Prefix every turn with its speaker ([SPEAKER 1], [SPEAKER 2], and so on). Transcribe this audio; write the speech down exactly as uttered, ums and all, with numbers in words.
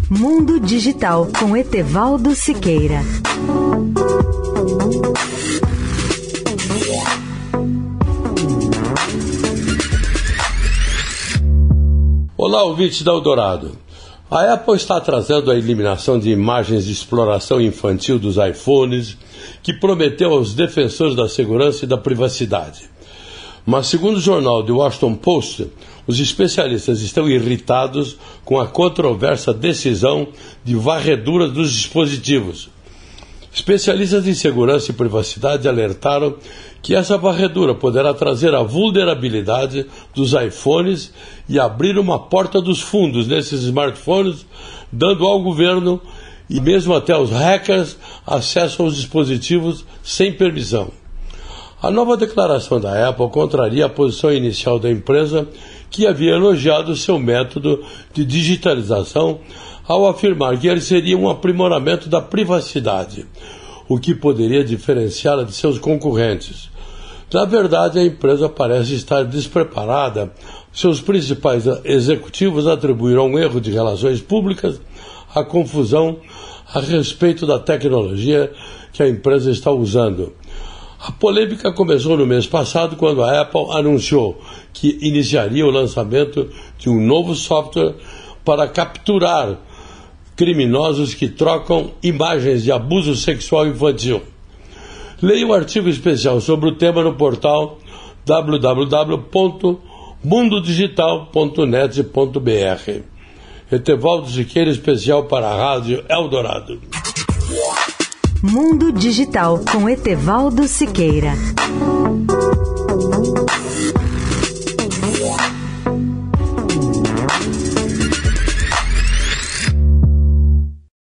[SPEAKER 1] Mundo Digital com Etevaldo Siqueira.
[SPEAKER 2] Olá, ouvintes da Eldorado. A Apple está trazendo a eliminação de imagens de exploração infantil dos iPhones, que prometeu aos defensores da segurança e da privacidade. Mas, segundo o jornal The Washington Post, os especialistas estão irritados com a controversa decisão de varredura dos dispositivos. Especialistas em segurança e privacidade alertaram que essa varredura poderá trazer a vulnerabilidade dos iPhones e abrir uma porta dos fundos nesses smartphones, dando ao governo e mesmo até aos hackers acesso aos dispositivos sem permissão. A nova declaração da Apple contraria a posição inicial da empresa, que havia elogiado seu método de digitalização ao afirmar que ele seria um aprimoramento da privacidade, o que poderia diferenciá-la de seus concorrentes. Na verdade, a empresa parece estar despreparada. Seus principais executivos atribuíram um erro de relações públicas à confusão a respeito da tecnologia que a empresa está usando. A polêmica começou no mês passado, quando a Apple anunciou que iniciaria o lançamento de um novo software para capturar criminosos que trocam imagens de abuso sexual infantil. Leia o artigo especial sobre o tema no portal w w w ponto mundo digital ponto net ponto b r. Etevaldo Siqueira, especial para a Rádio Eldorado.
[SPEAKER 1] Mundo Digital com Etevaldo Siqueira.